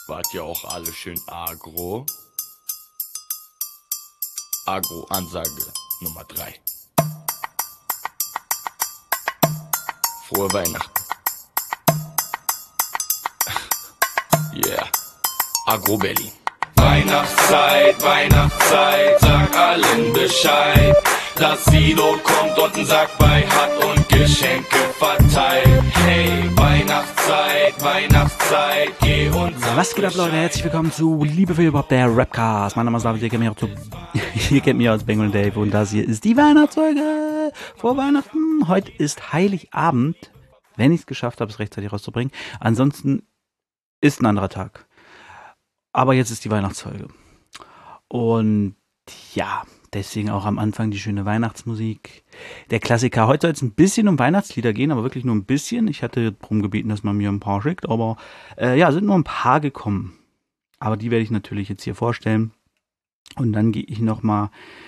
Wart ja auch alle schön agro. Agro-Ansage Nummer 3. Frohe Weihnachten. Yeah. Agro Berlin. Weihnachtszeit, Weihnachtszeit, sag allen Bescheid, dass Sido kommt und einen Sack bei hat und Geschenke verteilt. Hey, Weihnachtszeit, Weihnachtszeit, geh und sag Was geht ab, Leute? Herzlich willkommen zu Liebe für Hip-Hop, der Rapcast. Mein Name ist David, ihr kennt mich als Bengel Dave und das hier ist die Weihnachtsfolge vor Weihnachten. Heute ist Heiligabend, wenn ich es geschafft habe, es rechtzeitig rauszubringen. Ansonsten ist ein anderer Tag. Aber jetzt ist die Weihnachtsfolge. Und ja, deswegen auch am Anfang die schöne Weihnachtsmusik. Der Klassiker. Heute soll es ein bisschen um Weihnachtslieder gehen, aber wirklich nur ein bisschen. Ich hatte darum gebeten, dass man mir ein paar schickt, aber sind nur ein paar gekommen. Aber die werde ich natürlich jetzt hier vorstellen. Und dann gehe ich nochmal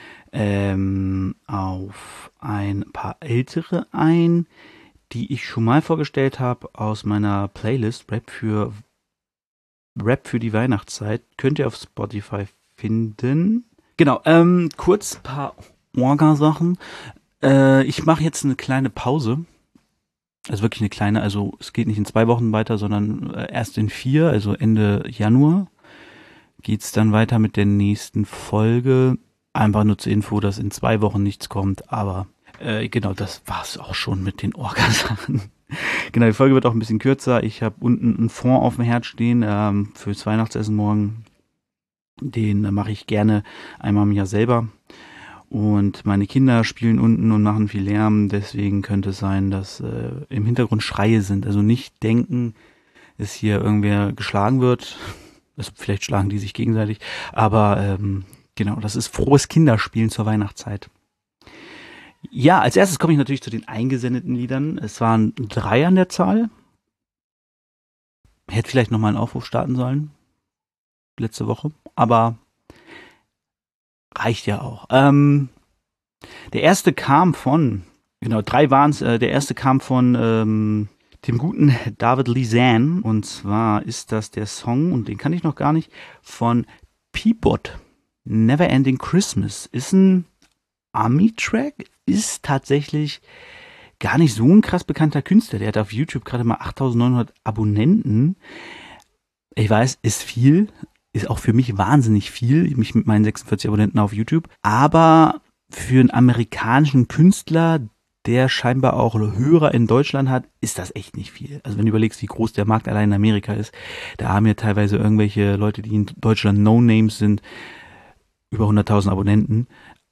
auf ein paar ältere ein, die ich schon mal vorgestellt habe aus meiner Playlist Rap für die Weihnachtszeit. Könnt ihr auf Spotify finden. Genau, kurz ein paar Orga-Sachen. Ich mache jetzt eine kleine Pause. Also wirklich eine kleine, also es geht nicht in 2 Wochen weiter, sondern erst in 4, also Ende Januar geht's dann weiter mit der nächsten Folge. Einfach nur zur Info, dass in 2 Wochen nichts kommt, aber genau, das war's auch schon mit den Orga-Sachen. Genau, die Folge wird auch ein bisschen kürzer. Ich habe unten einen Fond auf dem Herd stehen fürs Weihnachtsessen morgen. Den mache ich gerne einmal im Jahr selber. Und meine Kinder spielen unten und machen viel Lärm. Deswegen könnte es sein, dass im Hintergrund Schreie sind. Also nicht denken, dass hier irgendwer geschlagen wird. Also vielleicht schlagen die sich gegenseitig. Aber genau, das ist frohes Kinderspielen zur Weihnachtszeit. Ja, als erstes komme ich natürlich zu den eingesendeten Liedern. Es waren 3 an der Zahl. Hätte vielleicht nochmal einen Aufruf starten sollen. Letzte Woche. Aber reicht ja auch. Der erste kam von, genau, 3 waren es. Der erste kam von dem guten David Lizanne. Und zwar ist das der Song, und den kann ich noch gar nicht, von Peabot. Never Ending Christmas. Ist ein Ami-Track, ist tatsächlich gar nicht so ein krass bekannter Künstler. Der hat auf YouTube gerade mal 8.900 Abonnenten. Ich weiß, ist viel, ist auch für mich wahnsinnig viel, mich mit meinen 46 Abonnenten auf YouTube. Aber für einen amerikanischen Künstler, der scheinbar auch Hörer in Deutschland hat, ist das echt nicht viel. Also wenn du überlegst, wie groß der Markt allein in Amerika ist, da haben ja teilweise irgendwelche Leute, die in Deutschland No-Names sind, über 100.000 Abonnenten.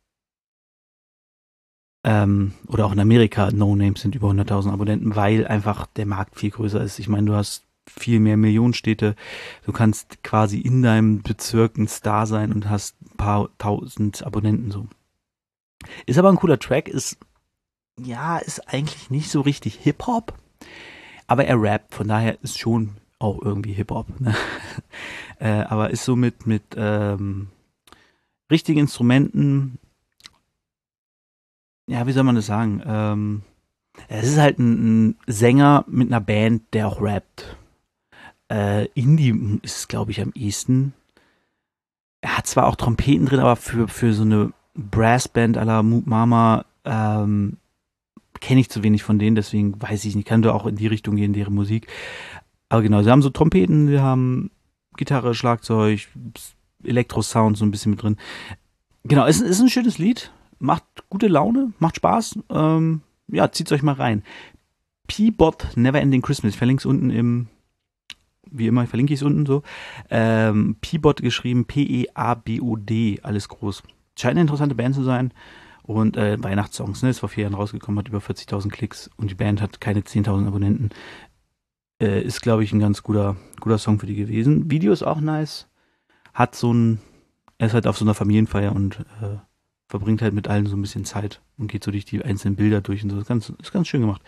Oder auch in Amerika No-Names sind über 100.000 Abonnenten, weil einfach der Markt viel größer ist. Ich meine, du hast viel mehr Millionenstädte. Du kannst quasi in deinem Bezirk ein Star sein und hast ein paar tausend Abonnenten so. Ist aber ein cooler Track, ist eigentlich nicht so richtig Hip-Hop, aber er rappt, von daher ist schon auch irgendwie Hip-Hop. Ne? Aber ist so mit richtigen Instrumenten. Ja, wie soll man das sagen? Es ist halt ein Sänger mit einer Band, der auch rappt. Indie ist es, glaube ich, am ehesten. Er hat zwar auch Trompeten drin, aber für so eine Brassband à la Moop Mama kenne ich zu wenig von denen, deswegen weiß ich nicht, kann da auch in die Richtung gehen, deren Musik. Aber genau, sie haben so Trompeten, sie haben Gitarre, Schlagzeug, Elektrosound so ein bisschen mit drin. Genau, ist ein schönes Lied. Macht gute Laune, macht Spaß. Zieht's euch mal rein. Peabot Never Ending Christmas. Ich verlinke es unten wie immer, verlinke ich es unten so. Peabot geschrieben, P-E-A-B-O-D, alles groß. Scheint eine interessante Band zu sein. Und Weihnachtssongs, ne, ist vor 4 Jahren rausgekommen, hat über 40.000 Klicks und die Band hat keine 10.000 Abonnenten. Ist, glaube ich, ein ganz guter Song für die gewesen. Video ist auch nice. Er ist halt auf so einer Familienfeier und verbringt halt mit allen so ein bisschen Zeit und geht so durch die einzelnen Bilder durch und so. Ist ganz schön gemacht.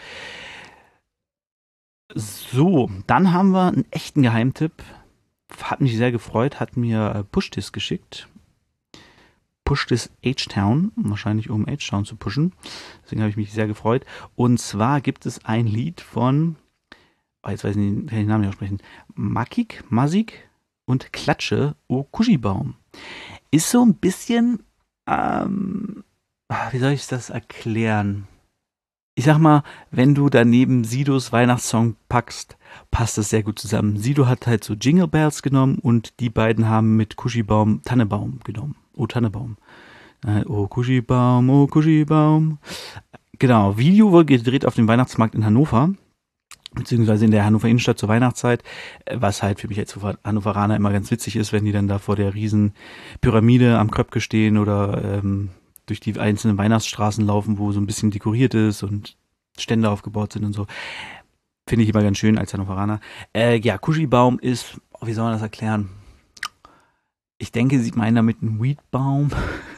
So, dann haben wir einen echten Geheimtipp. Hat mich sehr gefreut, hat mir Pushtis geschickt. Pushtis H-Town, wahrscheinlich um H-Town zu pushen. Deswegen habe ich mich sehr gefreut. Und zwar gibt es ein Lied von, jetzt weiß ich nicht, kann ich den Namen nicht aussprechen, Masik, und Klatsche, oh Kuschibaum. Ist so ein bisschen, wie soll ich das erklären? Ich sag mal, wenn du daneben Sidos Weihnachtssong packst, passt das sehr gut zusammen. Sido hat halt so Jingle Bells genommen und die beiden haben mit Kuschibaum Tannebaum genommen. Oh Tannebaum. Oh Kuschibaum, oh Kuschibaum. Genau, Video wurde gedreht auf dem Weihnachtsmarkt in Hannover, beziehungsweise in der Hannover Innenstadt zur Weihnachtszeit, was halt für mich als Hannoveraner immer ganz witzig ist, wenn die dann da vor der riesen Pyramide am Kröpke stehen oder durch die einzelnen Weihnachtsstraßen laufen, wo so ein bisschen dekoriert ist und Stände aufgebaut sind und so. Finde ich immer ganz schön als Hannoveraner. Ja, Kuschibaum ist, wie soll man das erklären? Ich denke, sie meinen damit einen Weedbaum.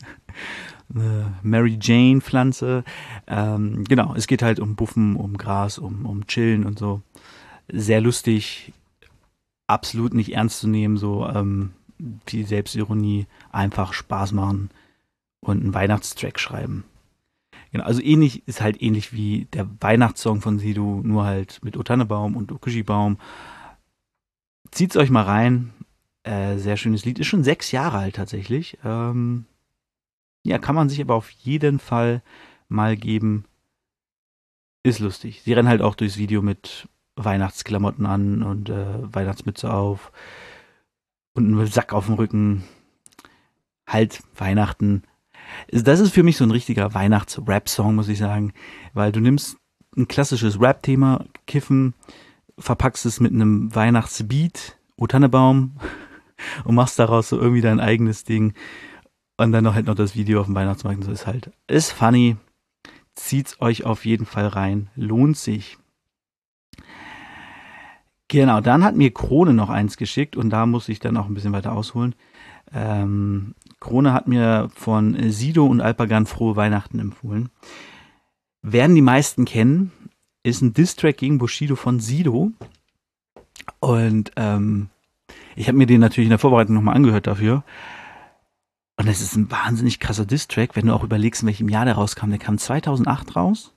Mary Jane Pflanze. Genau, es geht halt um Buffen, um Gras, um Chillen und so. Sehr lustig, absolut nicht ernst zu nehmen, so viel Selbstironie, einfach Spaß machen und einen Weihnachtstrack schreiben. Genau, also ist halt ähnlich wie der Weihnachtssong von Sido, nur halt mit O Tannebaum und O Kuschibaum. Zieht's euch mal rein. Sehr schönes Lied. Ist schon 6 Jahre alt tatsächlich. Ja, kann man sich aber auf jeden Fall mal geben. Ist lustig. Sie rennen halt auch durchs Video mit Weihnachtsklamotten an und Weihnachtsmütze auf und einen Sack auf dem Rücken. Halt Weihnachten. Das ist für mich so ein richtiger Weihnachts-Rap-Song, muss ich sagen, weil du nimmst ein klassisches Rap-Thema, Kiffen, verpackst es mit einem Weihnachtsbeat, O Tannebaum, und machst daraus so irgendwie dein eigenes Ding. Und dann noch das Video auf dem Weihnachtsmarkt. So ist funny. Zieht's euch auf jeden Fall rein. Lohnt sich. Genau, dann hat mir Krone noch eins geschickt und da muss ich dann auch ein bisschen weiter ausholen. Krone hat mir von Sido und Alpagan Frohe Weihnachten empfohlen. Werden die meisten kennen, ist ein Diss-Track gegen Bushido von Sido. Und ich habe mir den natürlich in der Vorbereitung nochmal angehört dafür. Und es ist ein wahnsinnig krasser Diss-Track, wenn du auch überlegst, in welchem Jahr der rauskam. Der kam 2008 raus.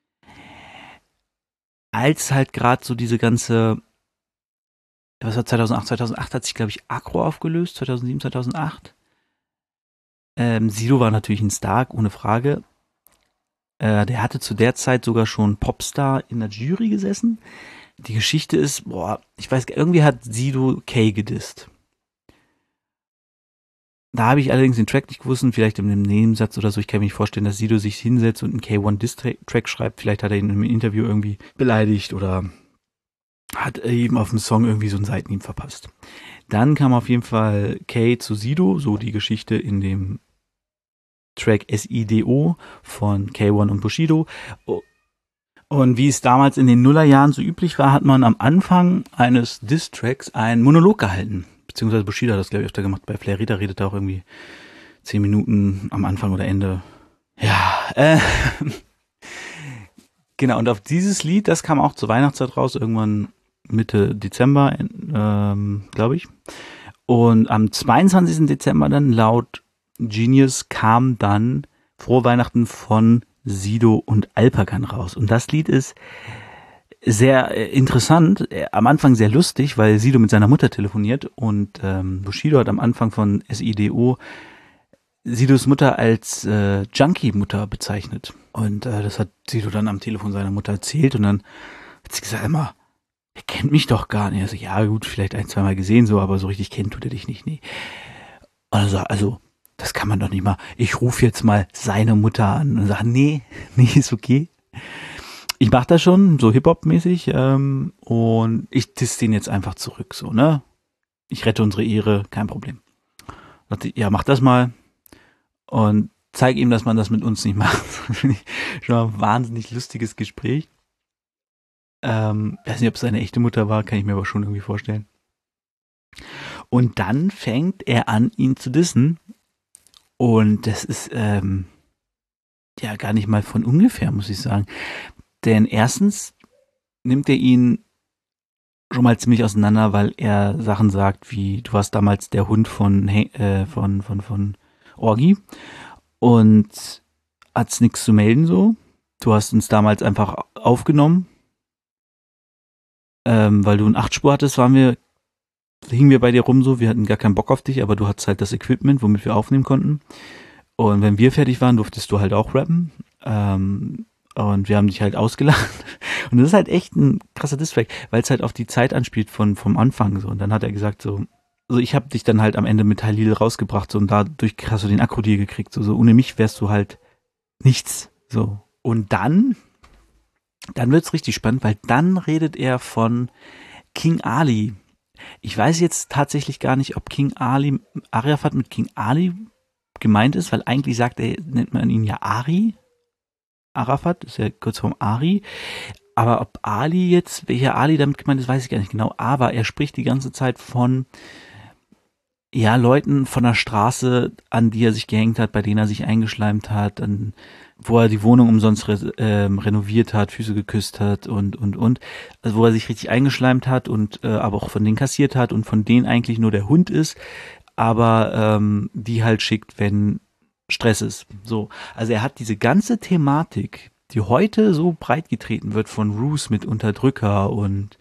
Als halt gerade so diese ganze, was war 2008? 2008 hat sich, glaube ich, Agro aufgelöst, 2007, 2008. Sido war natürlich ein Star, ohne Frage. Der hatte zu der Zeit sogar schon Popstar in der Jury gesessen. Die Geschichte ist, ich weiß, irgendwie hat Sido Kay gedisst. Da habe ich allerdings den Track nicht gewusst, vielleicht in einem Nebensatz oder so. Ich kann mir nicht vorstellen, dass Sido sich hinsetzt und einen K1-Diss-Track schreibt. Vielleicht hat er ihn im Interview irgendwie beleidigt oder hat eben auf dem Song irgendwie so einen Seitenhieb verpasst. Dann kam auf jeden Fall Kay zu Sido, so die Geschichte in dem Track SIDO von K1 und Bushido. Und wie es damals in den Nullerjahren so üblich war, hat man am Anfang eines Diss-Tracks einen Monolog gehalten. Beziehungsweise Bushido hat das, glaube ich, öfter gemacht. Bei Flair Reda redet er auch irgendwie 10 Minuten am Anfang oder Ende. Ja, genau. Und auf dieses Lied, das kam auch zur Weihnachtszeit raus, irgendwann Mitte Dezember, glaube ich. Und am 22. Dezember dann, laut Genius, kam dann Frohe Weihnachten von Sido und Alpagan raus. Und das Lied ist sehr interessant, am Anfang sehr lustig, weil Sido mit seiner Mutter telefoniert und Bushido hat am Anfang von SIDO Sidos Mutter als Junkie-Mutter bezeichnet. Und das hat Sido dann am Telefon seiner Mutter erzählt und dann hat sie gesagt, immer, er kennt mich doch gar nicht. Also ja gut, vielleicht 1, 2 Mal gesehen so, aber so richtig kennt tut er dich nicht, nee. Also, das kann man doch nicht mal. Ich rufe jetzt mal seine Mutter an und sage, nee, ist okay. Ich mach das schon, so Hip-Hop-mäßig, und ich diss den jetzt einfach zurück, so, ne? Ich rette unsere Ehre, kein Problem. Ja, mach das mal und zeig ihm, dass man das mit uns nicht macht. Das finde ich schon ein wahnsinnig lustiges Gespräch. Weiß nicht, ob es seine echte Mutter war, kann ich mir aber schon irgendwie vorstellen. Und dann fängt er an, ihn zu dissen. Und das ist, ja, gar nicht mal von ungefähr, muss ich sagen. Denn erstens nimmt er ihn schon mal ziemlich auseinander, weil er Sachen sagt wie, du warst damals der Hund von Orgi und hat's nichts zu melden so. Du hast uns damals einfach aufgenommen, weil du einen 8-Spur hattest, waren wir hingen wir bei dir rum so, wir hatten gar keinen Bock auf dich, aber du hattest halt das Equipment, womit wir aufnehmen konnten. Und wenn wir fertig waren, durftest du halt auch rappen. Und wir haben dich halt ausgelacht. Und das ist halt echt ein krasser Distrack, weil es halt auf die Zeit anspielt vom Anfang so. Und dann hat er gesagt so, also ich habe dich dann halt am Ende mit Halil rausgebracht so, und dadurch hast du den Akku-Deal gekriegt. So ohne mich wärst du halt nichts. So. Und dann wird's richtig spannend, weil dann redet er von King Ali. Ich weiß jetzt tatsächlich gar nicht, ob Arafat mit King Ali gemeint ist, weil eigentlich nennt man ihn ja Ari. Arafat ist ja kurz vorm Ari. Aber ob welcher Ali damit gemeint ist, weiß ich gar nicht genau. Aber er spricht die ganze Zeit von Leuten von der Straße, an die er sich gehängt hat, bei denen er sich eingeschleimt hat, wo er die Wohnung umsonst renoviert hat, Füße geküsst hat und. Also wo er sich richtig eingeschleimt hat und aber auch von denen kassiert hat und von denen eigentlich nur der Hund ist, aber die halt schickt, wenn Stress ist. So, also er hat diese ganze Thematik, die heute so breit getreten wird von Roos mit Unterdrücker und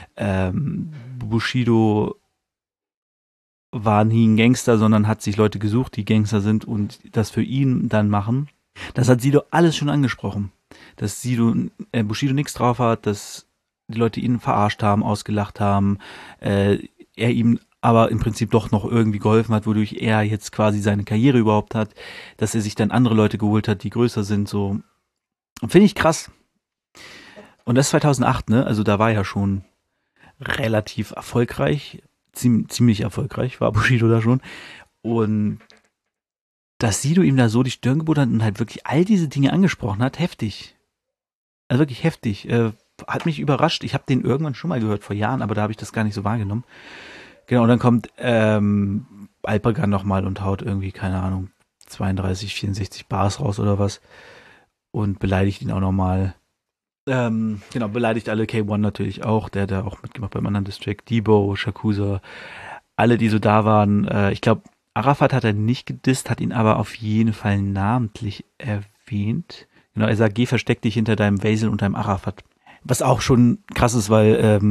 Bushido war nie ein Gangster, sondern hat sich Leute gesucht, die Gangster sind und das für ihn dann machen. Das hat Sido alles schon angesprochen. Dass Bushido nichts drauf hat, dass die Leute ihn verarscht haben, ausgelacht haben, er ihm aber im Prinzip doch noch irgendwie geholfen hat, wodurch er jetzt quasi seine Karriere überhaupt hat, dass er sich dann andere Leute geholt hat, die größer sind, so. Finde ich krass. Und das 2008, ne? Also da war er schon relativ erfolgreich, ziemlich erfolgreich war Bushido da schon. Und dass Sido ihm da so die Stirn geboten hat und halt wirklich all diese Dinge angesprochen hat, heftig. Also wirklich heftig. Hat mich überrascht. Ich habe den irgendwann schon mal gehört, vor Jahren, aber da habe ich das gar nicht so wahrgenommen. Genau, und dann kommt Alpagan nochmal und haut irgendwie, keine Ahnung, 32, 64 Bars raus oder was und beleidigt ihn auch nochmal. Genau, beleidigt alle, K1 natürlich auch, der hat da auch mitgemacht beim anderen District, Debo, Shakusa, alle, die so da waren. Ich glaube, Arafat hat er nicht gedisst, hat ihn aber auf jeden Fall namentlich erwähnt. Genau, er sagt, geh, versteck dich hinter deinem Vasil und deinem Arafat. Was auch schon krass ist, weil,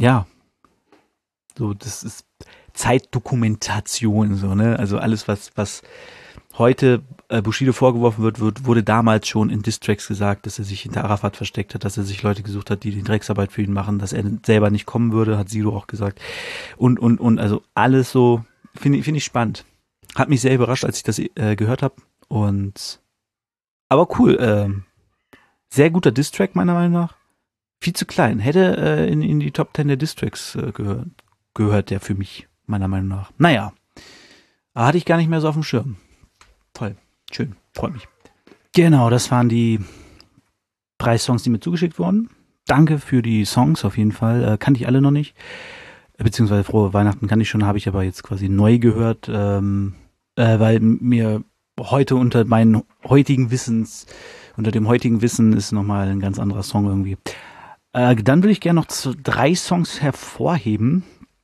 so, das ist Zeitdokumentation, so, ne? Also alles, was heute Bushido vorgeworfen wird, wurde damals schon in Distracks gesagt, dass er sich hinter Arafat versteckt hat, dass er sich Leute gesucht hat, die die Drecksarbeit für ihn machen, dass er selber nicht kommen würde, hat Sido auch gesagt. Und, also alles so, finde ich spannend. Hat mich sehr überrascht, als ich das gehört habe. Aber cool, sehr guter Distrack meiner Meinung nach. Viel zu klein. Hätte in die Top 10 der Distracks gehört der für mich, meiner Meinung nach. Naja, hatte ich gar nicht mehr so auf dem Schirm. Toll, schön, freut mich. Genau, das waren die 3 Songs, die mir zugeschickt wurden. Danke für die Songs auf jeden Fall. Kannte ich alle noch nicht. Beziehungsweise Frohe Weihnachten kannte ich schon, habe ich aber jetzt quasi neu gehört, weil mir heute unter dem heutigen Wissen ist nochmal ein ganz anderer Song irgendwie. Dann würde ich gerne noch 3 Songs hervorheben,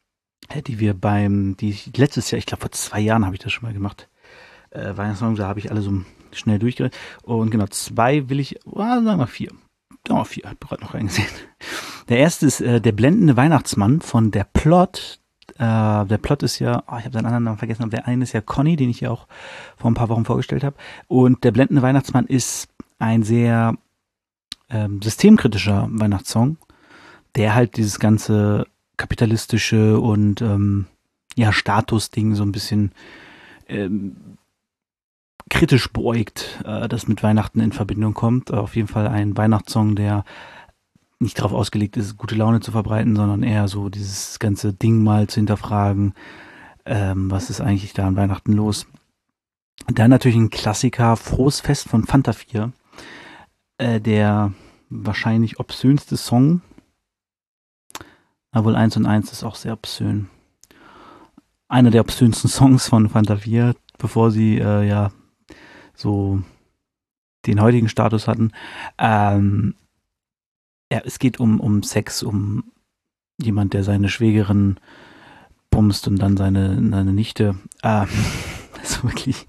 die ich letztes Jahr, ich glaube vor 2 Jahren habe ich das schon mal gemacht. Weihnachtssongs, da habe ich alle so schnell durchgerechnet. Und genau, 2 will ich, sagen wir 4. Ja, 4, hat gerade noch reingesehen. Der erste ist Der blendende Weihnachtsmann von Der Plot. Der Plot ist ja, ich habe seinen anderen Namen vergessen, aber der eine ist ja Conny, den ich ja auch vor ein paar Wochen vorgestellt habe. Und Der blendende Weihnachtsmann ist ein sehr systemkritischer Weihnachtssong, der halt dieses ganze kapitalistische und Statusding so ein bisschen kritisch beäugt, das mit Weihnachten in Verbindung kommt. Auf jeden Fall ein Weihnachtssong, der nicht darauf ausgelegt ist, gute Laune zu verbreiten, sondern eher so dieses ganze Ding mal zu hinterfragen, was ist eigentlich da an Weihnachten los. Dann natürlich ein Klassiker, Frohes Fest von Fanta 4, der wahrscheinlich obszönste Song, obwohl 1 und 1 ist auch sehr obszön. Einer der obszönsten Songs von Fanta 4, bevor sie so den heutigen Status hatten. Es geht um Sex, um jemand, der seine Schwägerin bumst und dann seine Nichte. Also wirklich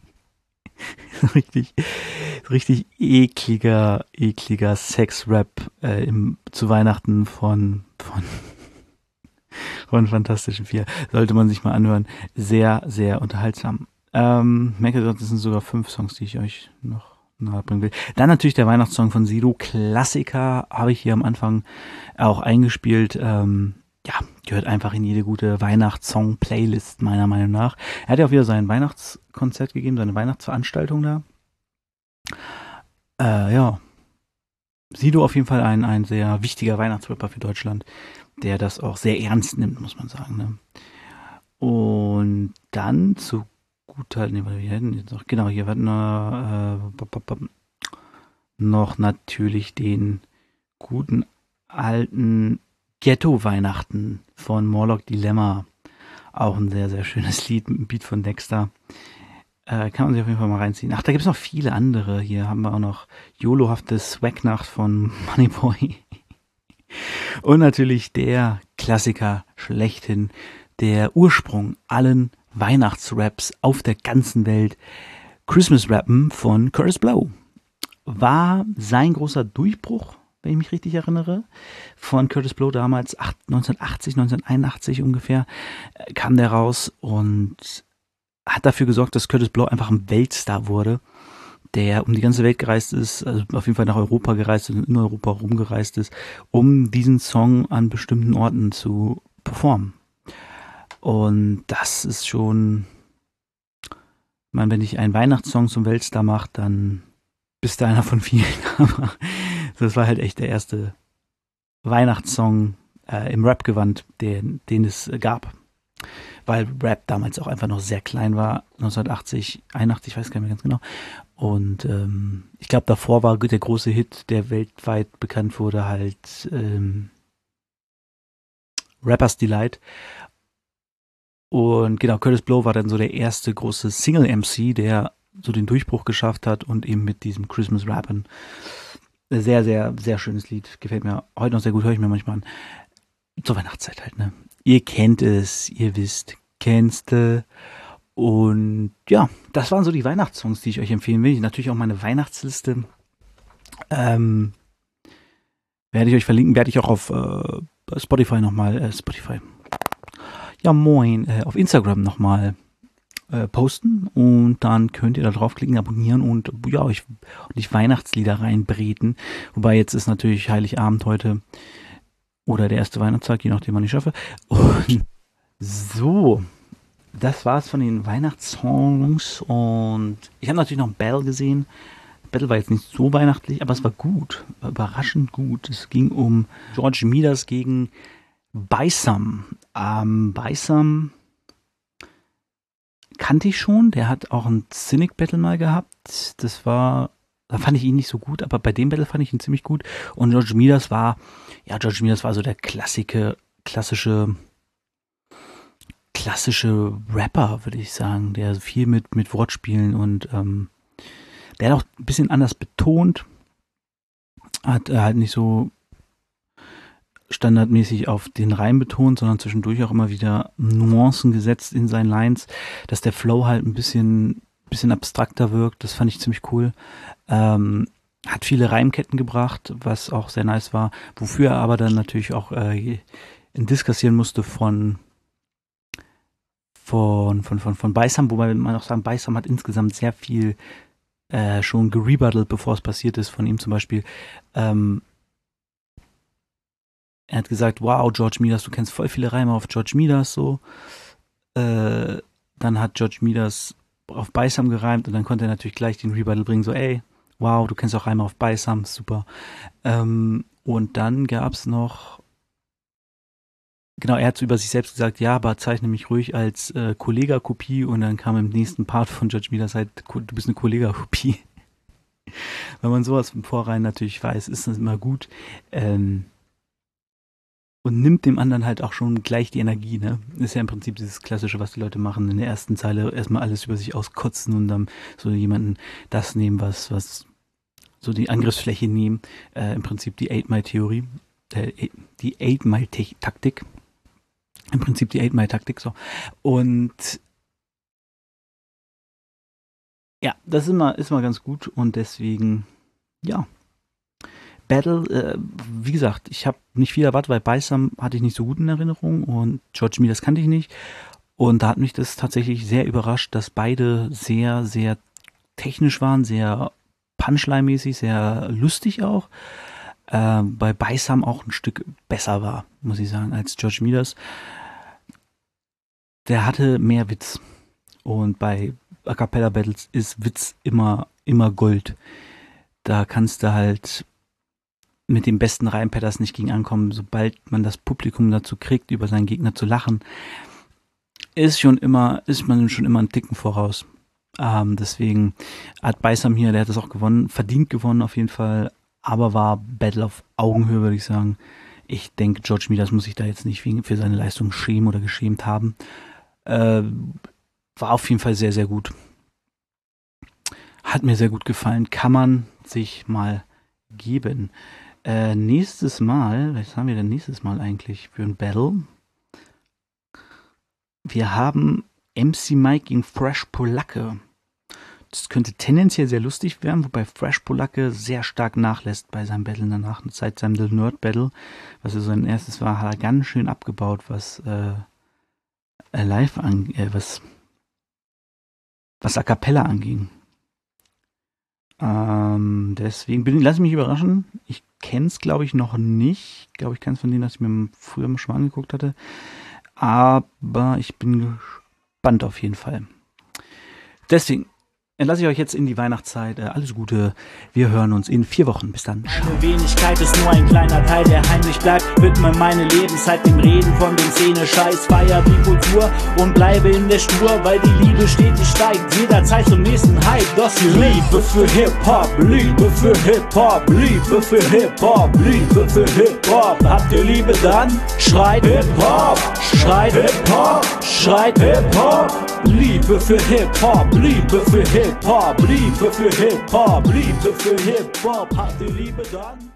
richtig ekliger Sex-Rap zu Weihnachten von von Fantastischen Vier. Sollte man sich mal anhören. Sehr, sehr unterhaltsam. Merke, das sind sogar 5 Songs, die ich euch noch nahebringen will. Dann natürlich der Weihnachtssong von Sido. Klassiker habe ich hier am Anfang auch eingespielt. Ja, gehört einfach in jede gute Weihnachtssong-Playlist, meiner Meinung nach. Er hat ja auch wieder sein Weihnachtskonzert gegeben, seine Weihnachtsveranstaltung da. Ja, Sido auf jeden Fall ein sehr wichtiger Weihnachtsrapper für Deutschland, der das auch sehr ernst nimmt, muss man sagen. Ne? Und dann zu guter, nee, wir hätten jetzt noch, genau, hier hatten wir noch natürlich den guten alten Ghetto-Weihnachten von Morlock Dilemma. Auch ein sehr, sehr schönes Lied mit einem Beat von Dexter. Kann man sich auf jeden Fall mal reinziehen. Ach, da gibt es noch viele andere. Hier haben wir auch noch YOLO-hafte Swagnacht von Moneyboy. Und natürlich der Klassiker schlechthin, der Ursprung allen Weihnachtsraps auf der ganzen Welt. Christmas Rappen von Curtis Blow. War sein großer Durchbruch, wenn ich mich richtig erinnere, von Curtis Blow damals 1980, 1981 ungefähr, kam der raus und hat dafür gesorgt, dass Curtis Blow einfach ein Weltstar wurde, der um die ganze Welt gereist ist, also auf jeden Fall nach Europa gereist ist und in Europa rumgereist ist, um diesen Song an bestimmten Orten zu performen. Und das ist schon, ich meine, wenn ich einen Weihnachtssong zum Weltstar mache, dann bist du einer von vielen. Aber das war halt echt der erste Weihnachtssong im Rap-Gewand, den es gab. Weil Rap damals auch einfach noch sehr klein war, 1980, 81, ich weiß gar nicht mehr ganz genau. Und ich glaube, davor war der große Hit, der weltweit bekannt wurde, halt Rapper's Delight. Und genau, Curtis Blow war dann so der erste große Single-MC, der so den Durchbruch geschafft hat und eben mit diesem Christmas Rappen. Sehr, sehr, sehr schönes Lied. Gefällt mir heute noch sehr gut, höre ich mir manchmal an. Zur Weihnachtszeit halt, ne? Ihr kennt es, ihr wisst, kennste. Und ja, das waren so die Weihnachtssongs, die ich euch empfehlen will. Natürlich auch meine Weihnachtsliste. Werde ich euch verlinken, werde ich auch auf Spotify nochmal, Spotify. Ja, moin, auf Instagram nochmal posten und dann könnt ihr da draufklicken, abonnieren und ja, euch Weihnachtslieder reinbreten. Wobei jetzt ist natürlich Heiligabend heute oder der erste Weihnachtstag, je nachdem, wann ich schaffe. Und so, das war's von den Weihnachtssongs und ich habe natürlich noch Battle gesehen. Battle war jetzt nicht so weihnachtlich, aber es war gut, war überraschend gut. Es ging um George Midas gegen Baisam. Baisam kannte ich schon, der hat auch ein Cynic Battle mal gehabt. Da fand ich ihn nicht so gut, aber bei dem Battle fand ich ihn ziemlich gut. Und George Midas war so der klassische Rapper, würde ich sagen, der viel mit Wortspielen und der hat auch ein bisschen anders betont, hat halt nicht so standardmäßig auf den Reim betont, sondern zwischendurch auch immer wieder Nuancen gesetzt in seinen Lines, dass der Flow halt ein bisschen abstrakter wirkt. Das fand ich ziemlich cool. Hat viele Reimketten gebracht, was auch sehr nice war, wofür er aber dann natürlich auch einen Diss kassieren musste von Baisam, wobei man auch sagen, Baisam hat insgesamt sehr viel schon gerebuttelt, bevor es passiert ist, von ihm zum Beispiel. Er hat gesagt, wow, George Midas, du kennst voll viele Reime auf George Midas, so. Dann hat George Midas auf Baisam gereimt und dann konnte er natürlich gleich den Rebuttal bringen, so, ey, wow, du kennst auch Reime auf Baisam, super. Und dann gab's noch, genau, er hat so über sich selbst gesagt, ja, aber zeichne mich ruhig als Kollega-Kopie und dann kam im nächsten Part von George Midas halt, du bist eine Kollega-Kopie. Wenn man sowas im Vorrein natürlich weiß, ist das immer gut. Und nimmt dem anderen halt auch schon gleich die Energie, ne? Ist ja im Prinzip dieses Klassische, was die Leute machen, in der ersten Zeile erstmal alles über sich auskotzen und dann so jemanden das nehmen, was so die Angriffsfläche nehmen. Im Prinzip die 8-Mile-Theorie, die 8-Mile-Taktik. Im Prinzip die 8-Mile-Taktik, so. Und ja, das ist mal ganz gut und deswegen, ja, Battle, wie gesagt, ich habe nicht viel erwartet, weil Beisam hatte ich nicht so gut in Erinnerung und George Midas kannte ich nicht. Und da hat mich das tatsächlich sehr überrascht, dass beide sehr, sehr technisch waren, sehr Punchline-mäßig, sehr lustig auch. Bei Beisam auch ein Stück besser war, muss ich sagen, als George Midas. Der hatte mehr Witz. Und bei A Cappella Battles ist Witz immer Gold. Da kannst du halt mit dem besten Reimpatters nicht gegen ankommen. Sobald man das Publikum dazu kriegt, über seinen Gegner zu lachen, ist man schon immer einen Ticken voraus. Deswegen hat Beisam hier, der hat das auch gewonnen, verdient gewonnen auf jeden Fall, aber war Battle auf Augenhöhe, würde ich sagen. Ich denke, George Midas muss sich da jetzt nicht für seine Leistung schämen oder geschämt haben. War auf jeden Fall sehr, sehr gut. Hat mir sehr gut gefallen. Kann man sich mal geben. Nächstes Mal, was haben wir denn nächstes Mal eigentlich für ein Battle? Wir haben MC Mike gegen Fresh Polacke. Das könnte tendenziell sehr lustig werden, wobei Fresh Polacke sehr stark nachlässt bei seinem Battle danach. Seit seinem The Nerd Battle, was so sein erstes war, hat er ganz schön abgebaut, was live was A Cappella anging. Deswegen lass mich überraschen. Ich kenne es, glaube ich, noch nicht. Ich glaube, ich kann es von denen, dass ich mir früher schon mal angeguckt hatte. Aber ich bin gespannt auf jeden Fall. Deswegen entlasse ich euch jetzt in die Weihnachtszeit. Alles Gute. Wir hören uns in 4 Wochen. Bis dann. Meine Wenigkeit ist nur ein kleiner Teil, der heimlich bleibt. Widme meine Lebenszeit dem Reden von dem Szene-Scheiß. Feier die Kultur und bleibe in der Spur, weil die Liebe stetig steigt. Jederzeit zum nächsten Hype. Doch die Liebe für Hip-Hop, Liebe für Hip-Hop, Liebe für Hip-Hop, Liebe für Hip-Hop. Habt ihr Liebe dann? Schreit Hip-Hop, schreit Hip-Hop, schreit Hip-Hop. Liebe für Hip-Hop, Liebe für Hip-Hop, Liebe für Hip-Hop, Liebe für Hip-Hop. Habt ihr Liebe dann?